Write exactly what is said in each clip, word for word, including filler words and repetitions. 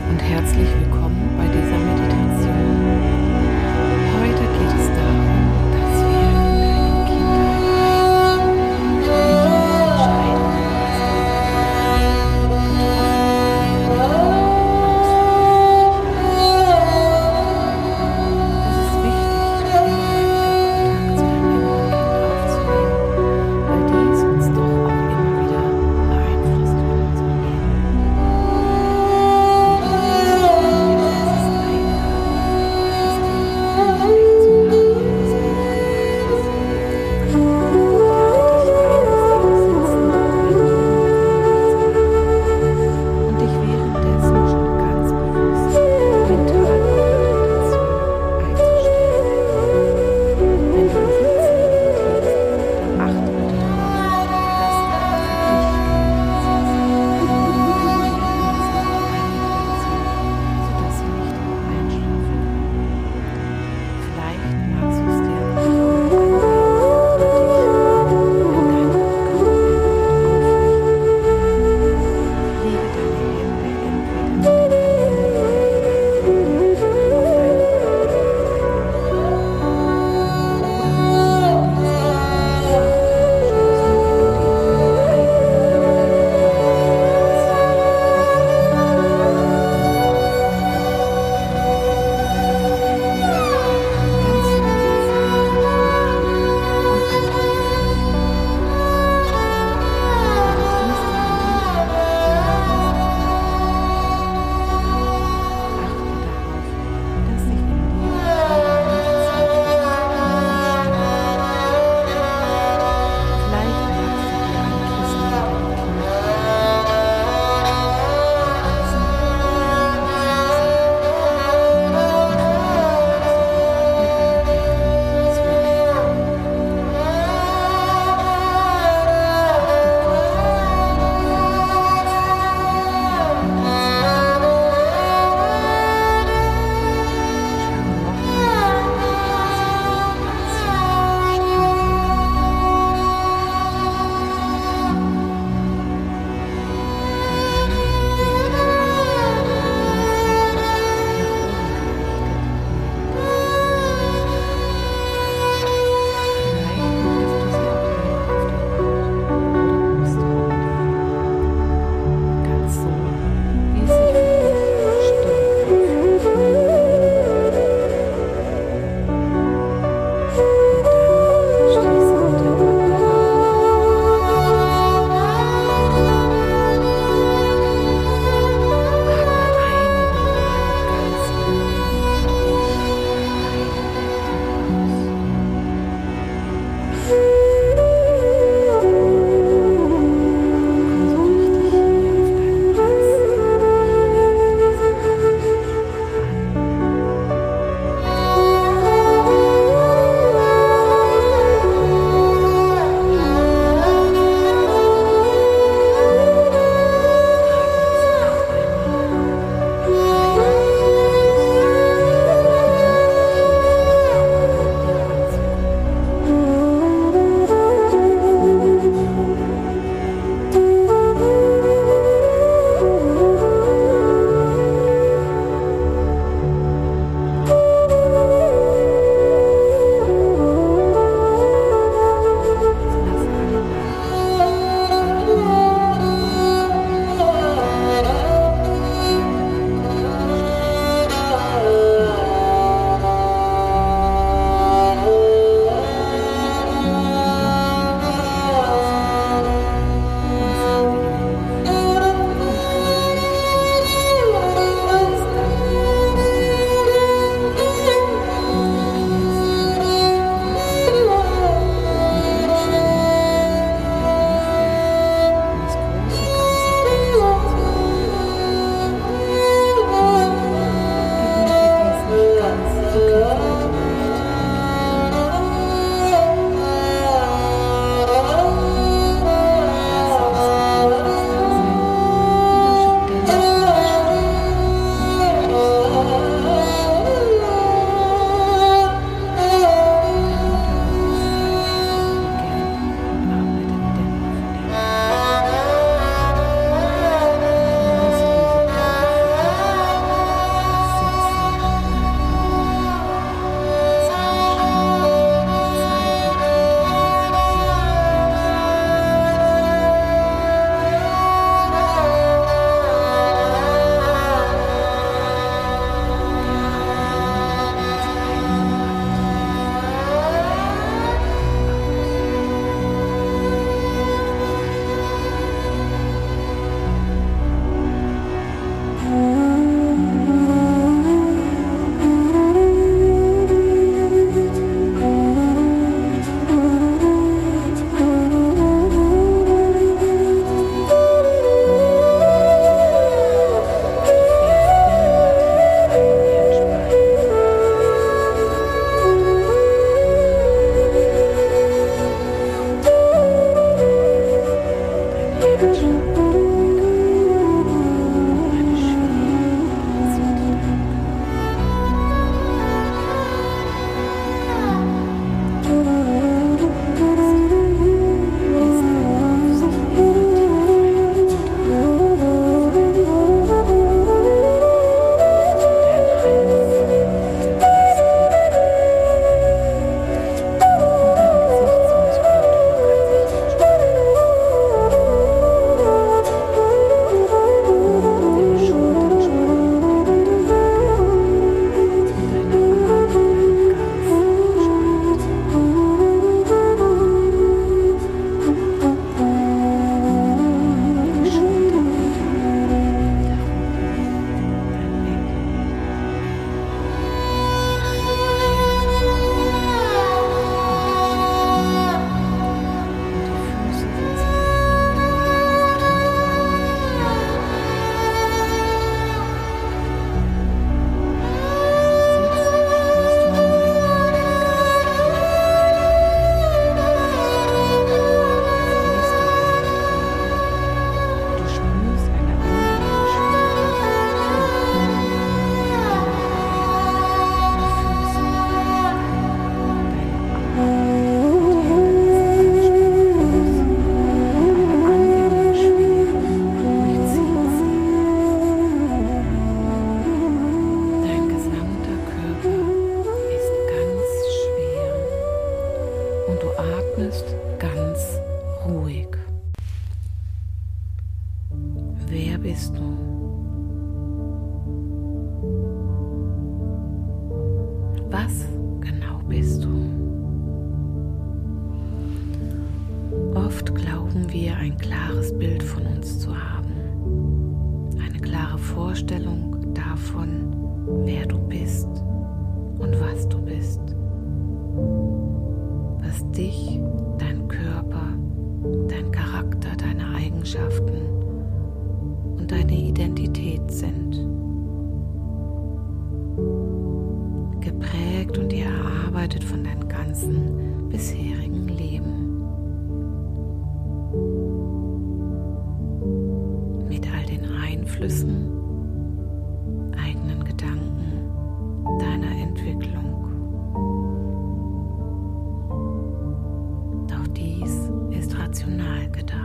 und herzlich willkommen bei dieser Meditation. Heute geht es darum, dass wir in deine Kindheit reisen, in die Entscheidungen, die du getroffen hast. Es ist wichtig, immer mal wieder Kontakt zu deinem inneren Kind aufzunehmen, weil dies uns doch auch immer wieder beeinflusst in unserem Leben. Und in diesem Moment ist es Was genau bist du? Oft glauben wir, ein klares Bild von uns zu haben, eine klare Vorstellung davon, wer du bist und was du bist, was dich, dein Körper, dein Charakter, deine Eigenschaften und deine Identität sind. Geprägt und dir erarbeitet von deinem ganzen bisherigen Leben. Mit all den Einflüssen, eigenen Gedanken, deiner Entwicklung. Doch dies ist rational gedacht.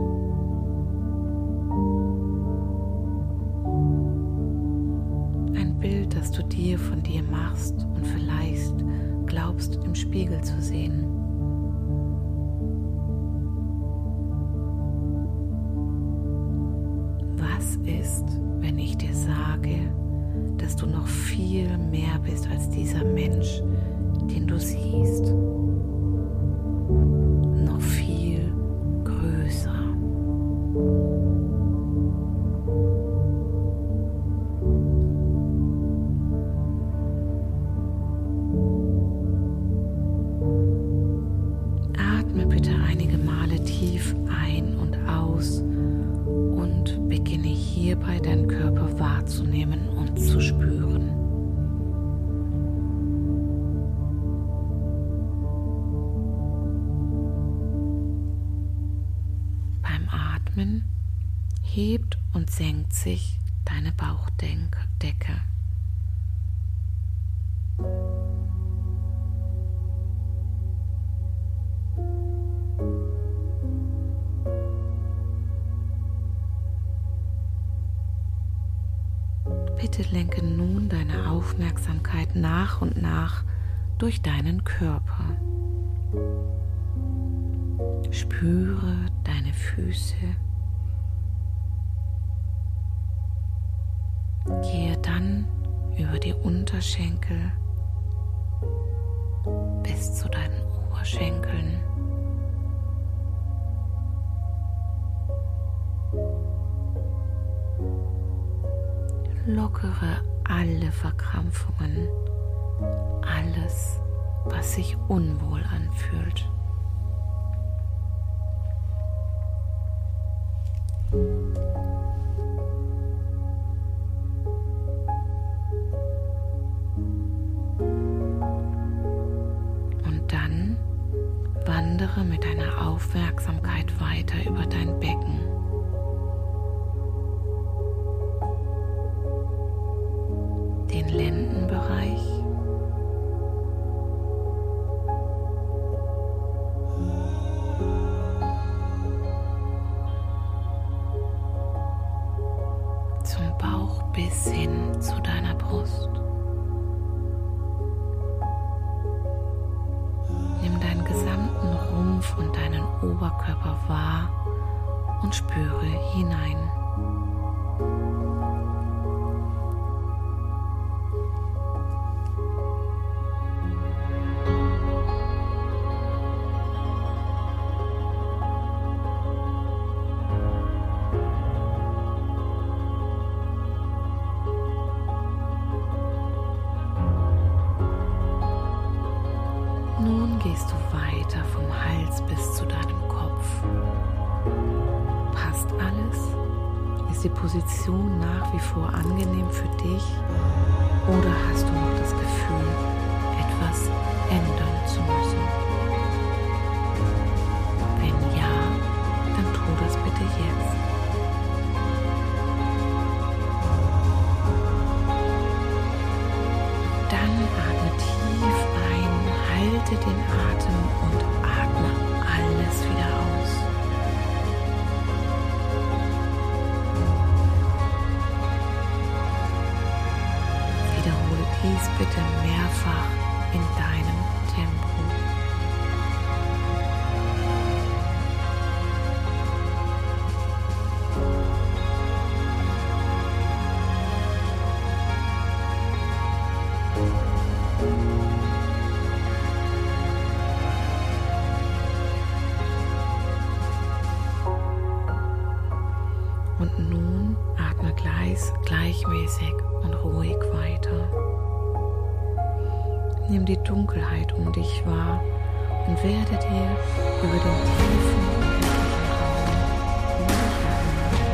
Ein Bild, das du dir von dir machst und vielleicht glaubst, im Spiegel zu sehen. Was ist, wenn ich dir sage, dass du noch viel mehr bist als dieser Mensch, den du siehst? Noch viel größer. Atme bitte einige Male tief ein und aus und beginne hierbei deinen Körper wahrzunehmen und zu spüren. Beim Atmen hebt und senkt sich deine Bauchdecke. Bitte lenke nun deine Aufmerksamkeit nach und nach durch deinen Körper. Spüre deine Füße. Gehe dann über die Unterschenkel bis zu deinen Oberschenkeln. Lockere alle Verkrampfungen, alles, was sich unwohl anfühlt. Und dann wandere mit deiner Aufmerksamkeit weiter über dein Becken. Den Lendenbereich, zum Bauch bis hin zu deiner Brust. Nimm deinen gesamten Rumpf und deinen Oberkörper wahr und spüre hinein. Nun gehst du weiter vom Hals bis zu deinem Kopf. Passt alles? Ist die Position nach wie vor angenehm für dich? Oder hast du noch das Gefühl, etwas ändern zu müssen? Wenn ja, dann tu das bitte jetzt. Dann atme tief ein, halte den Atem und atme alles wieder aus. Wiederhole dies bitte mehrfach in deinem Tempo. Kreis gleichmäßig und ruhig weiter. Nimm die Dunkelheit um dich wahr und werde dir über den tiefen, unendlichen Raum um dich herum.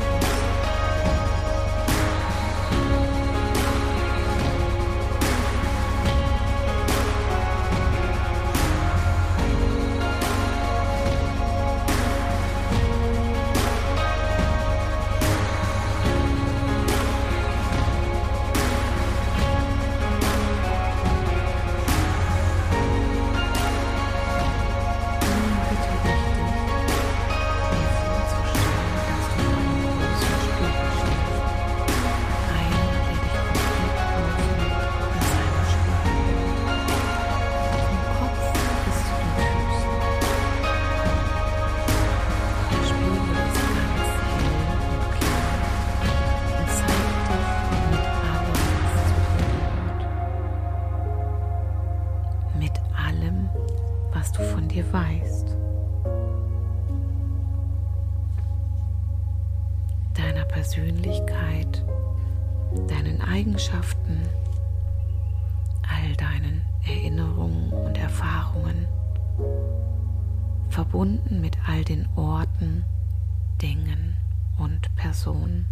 Was du von dir weißt, deiner Persönlichkeit, deinen Eigenschaften, all deinen Erinnerungen und Erfahrungen, verbunden mit all den Orten, Dingen und Personen.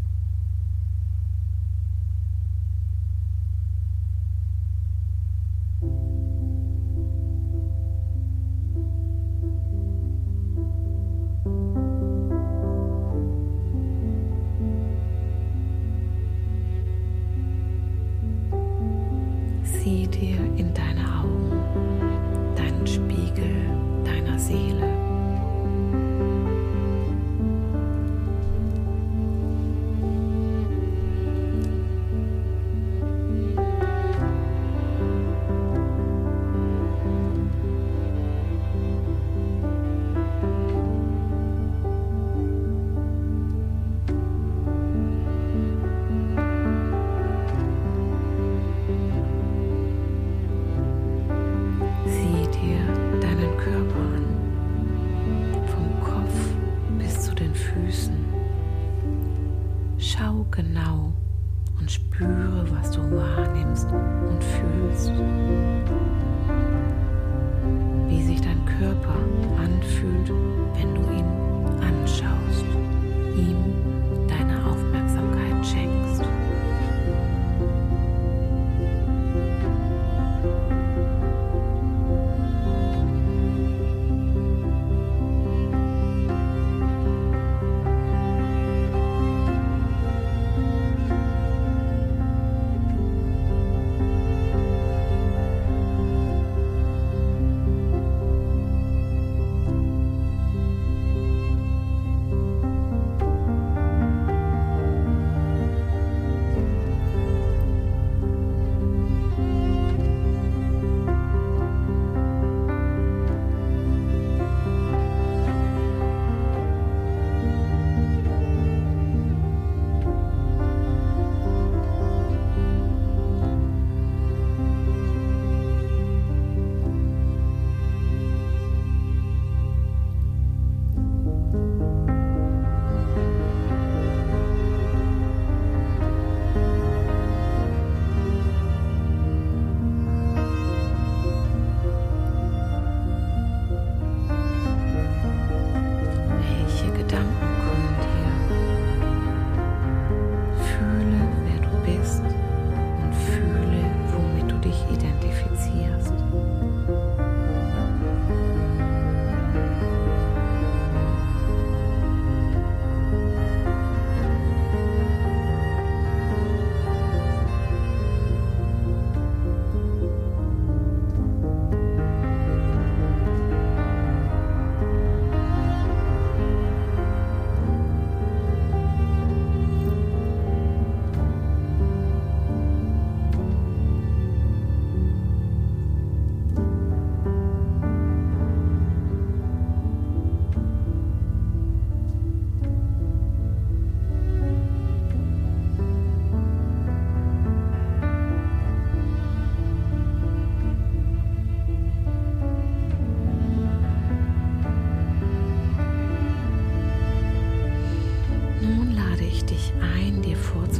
Sieh dir in deine Augen, deinen Spiegel deiner Seele. Schau genau und spüre, was du wahrnimmst und fühlst. Wie sich dein Körper anfühlt, wenn du ihn anschaust, ihm deine Aufmerksamkeit schenkst.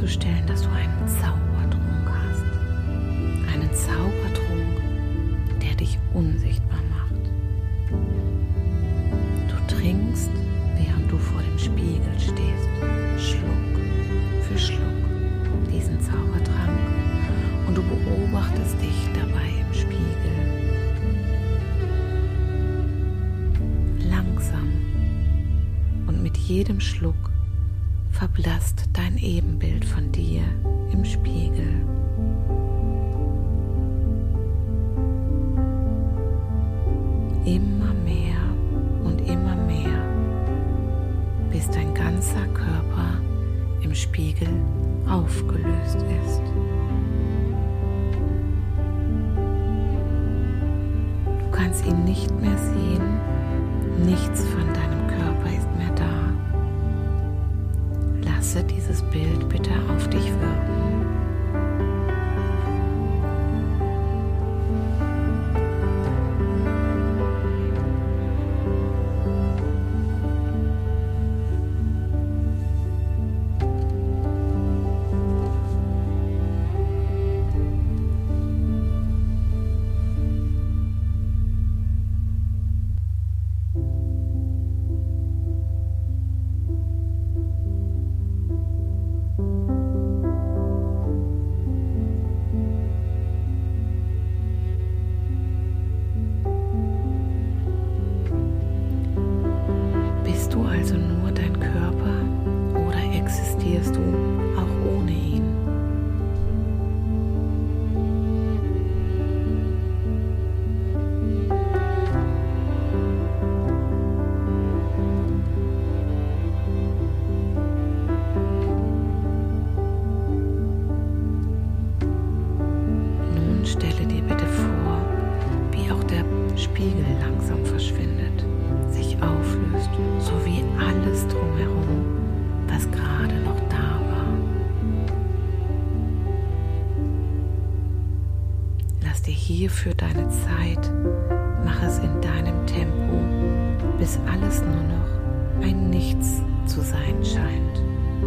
vorzustellen, dass du einen Zaubertrunk hast. Einen Zaubertrunk, der dich unsichtbar macht. Du trinkst, während du vor dem Spiegel stehst, Schluck für Schluck diesen Zaubertrank und du beobachtest dich dabei im Spiegel. Langsam und mit jedem Schluck verblasst dein Ebenbild von dir im Spiegel. Immer mehr und immer mehr, bis dein ganzer Körper im Spiegel aufgelöst ist. Du kannst ihn nicht mehr sehen, nichts von deinem Körper ist mehr da. Lasse dieses Bild bitte auf dich wirken. Bist du also nur dein Körper oder existierst du auch ohne ihn? Nun stelle dir bitte vor, wie auch der Spiegel langsam verschwindet, sich auflöst, so wie alles drumherum, was gerade noch da war. Lass dir hierfür deine Zeit, mach es in deinem Tempo, bis alles nur noch ein Nichts zu sein scheint.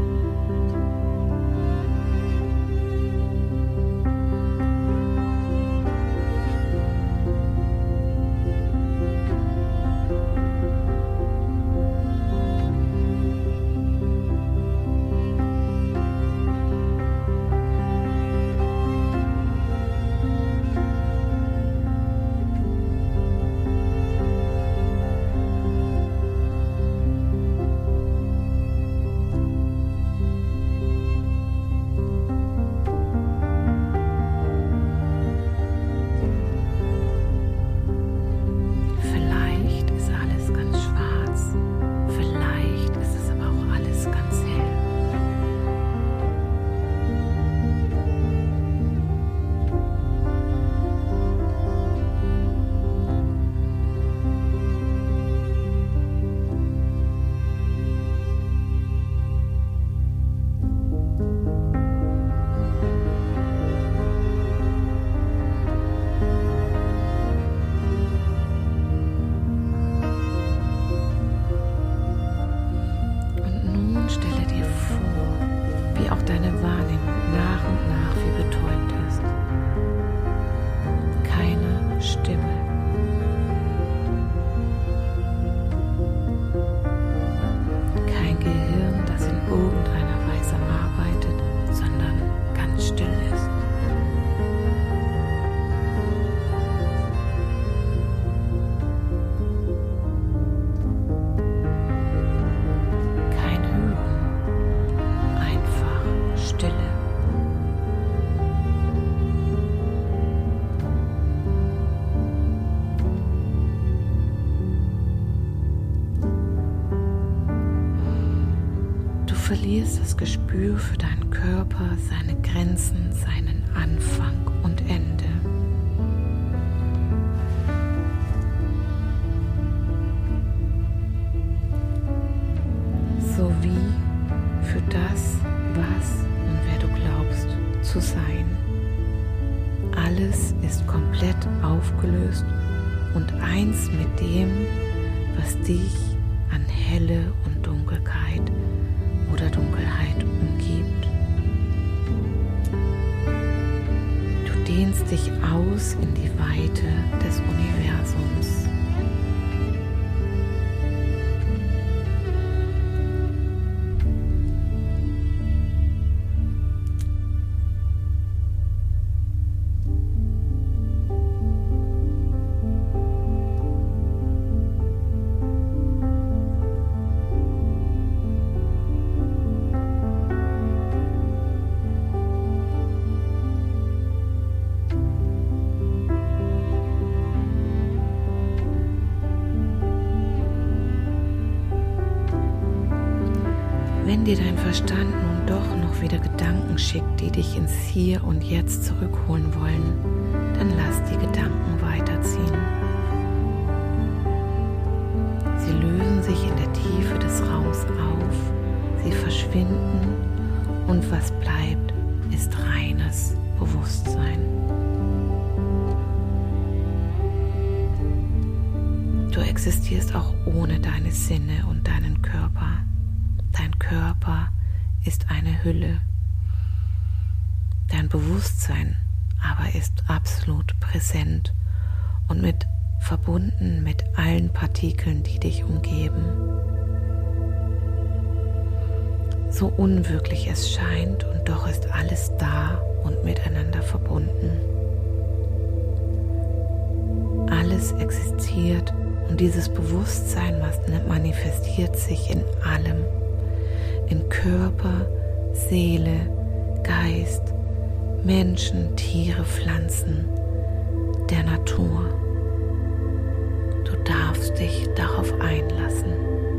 verlierst das Gespür für deinen Körper, seine Grenzen, seinen Anfang und Ende. Sowie für das, was und wer du glaubst zu sein. Alles ist komplett aufgelöst und eins mit dem, was dich an Helle und Dunkelheit oder Dunkelheit umgibt. dehnst dich aus in die Weite des Universums. Wenn dir dein Verstand nun doch noch wieder Gedanken schickt, die dich ins Hier und Jetzt zurückholen wollen, dann lass die Gedanken weiterziehen. Sie lösen sich in der Tiefe des Raums auf, sie verschwinden und was bleibt, ist reines Bewusstsein. Du existierst auch ohne deine Sinne und deinen Körper. Dein Körper ist eine Hülle. Dein Bewusstsein aber ist absolut präsent und mit verbunden mit allen Partikeln, die dich umgeben. So unwirklich es scheint, und doch ist alles da und miteinander verbunden. Alles existiert und dieses Bewusstsein manifestiert sich in allem. In Körper, Seele, Geist, Menschen, Tiere, Pflanzen, der Natur. Du darfst dich darauf einlassen.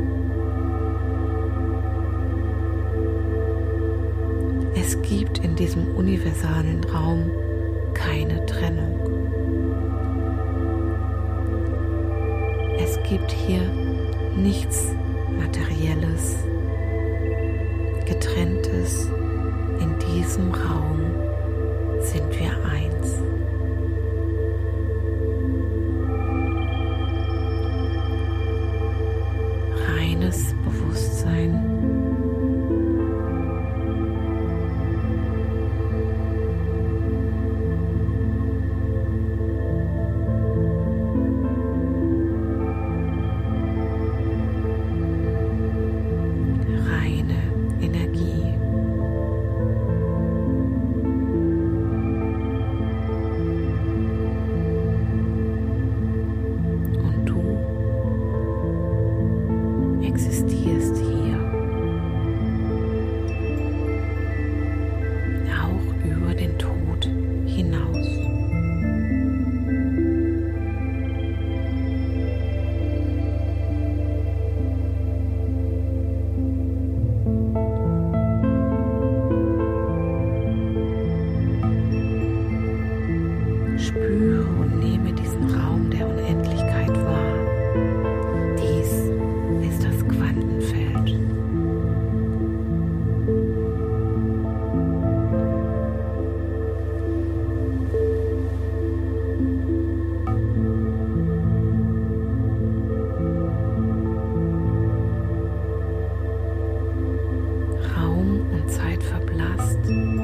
Es gibt in diesem universalen Raum keine Trennung. Es gibt hier nichts Materielles, Getrenntes. In diesem Raum sind wir eins. Reines Bewusstsein. Existierst hier, auch über den Tod hinaus. Spüre und nehme diesen Raum der Unendlichkeit wahr. Dies ist das Quantenfeld. Raum und Zeit verblasst.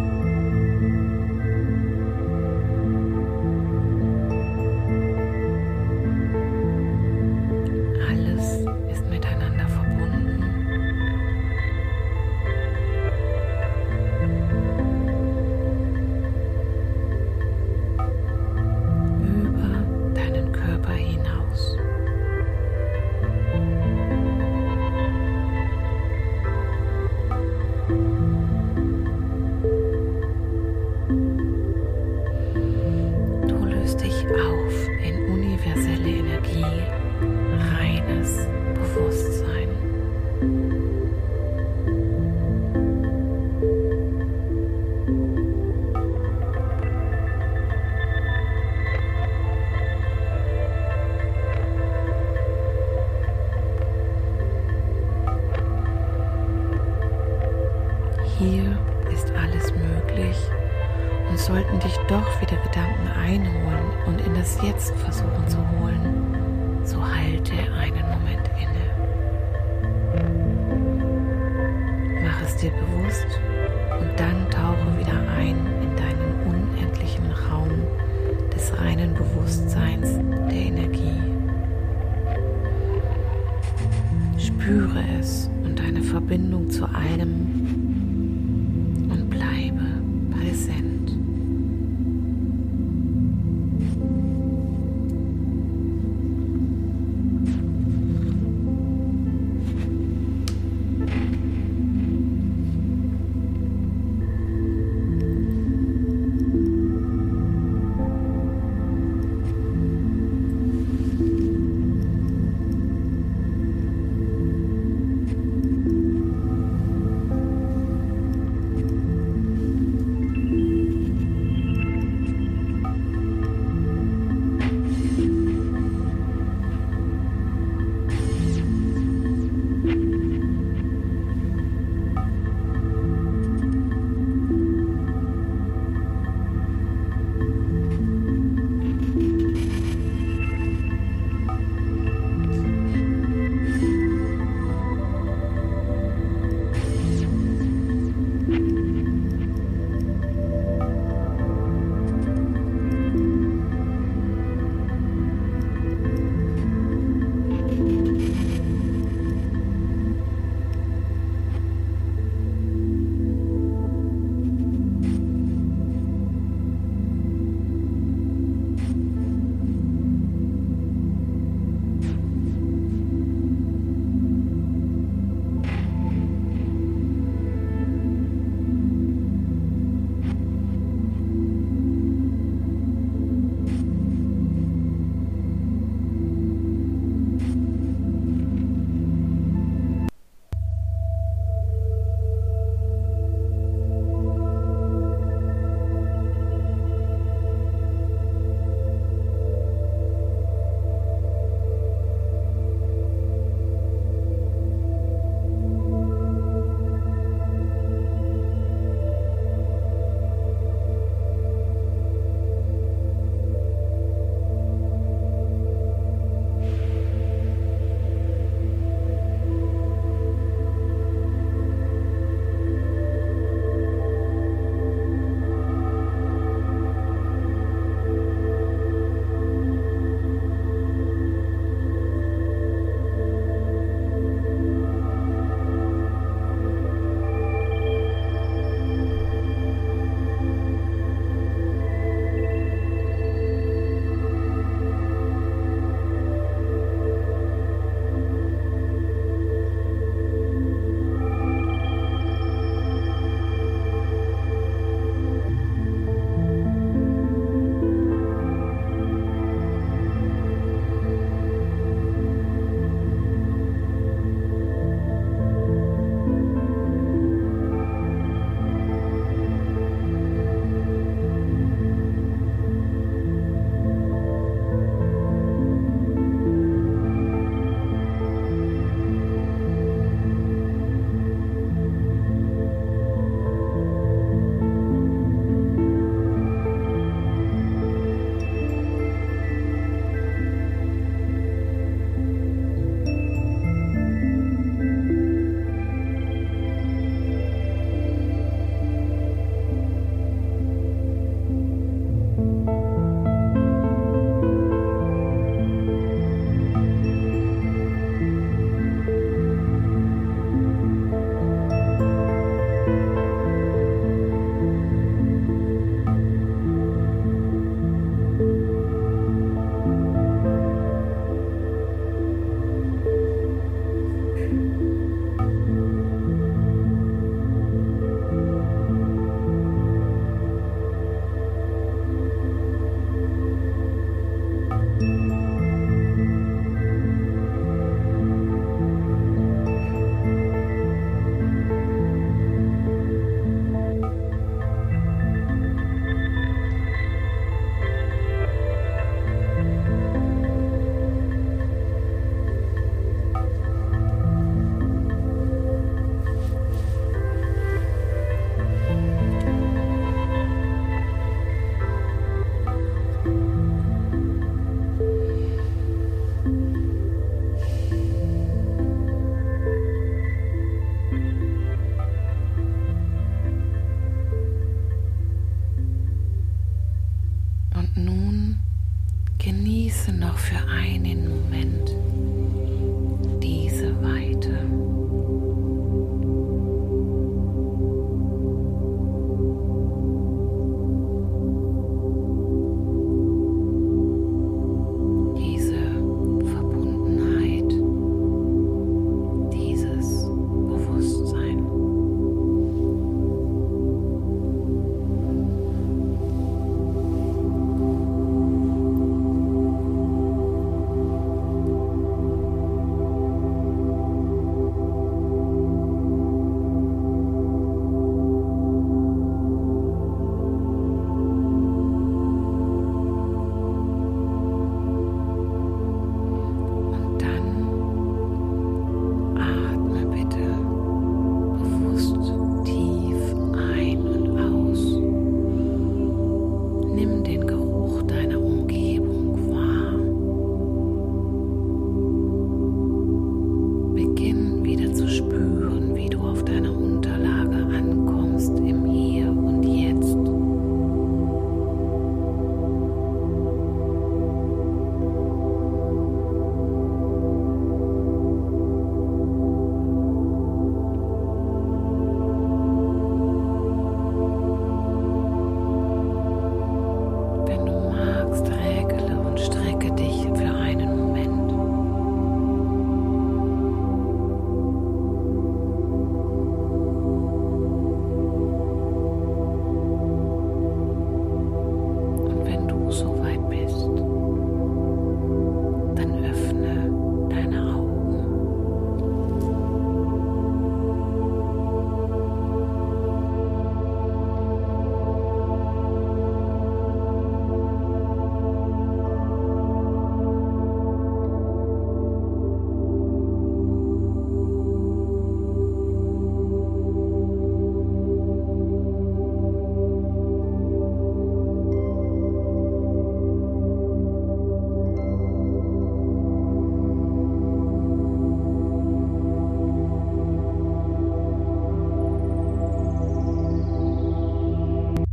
Hier ist alles möglich, und sollten dich doch wieder Gedanken einholen und in das Jetzt versuchen zu holen, so halte einen Moment inne. Mach es dir bewusst und dann tauche wieder ein in deinen unendlichen Raum zu allem und bleibe präsent. Genieße noch für einen Moment diese Weite.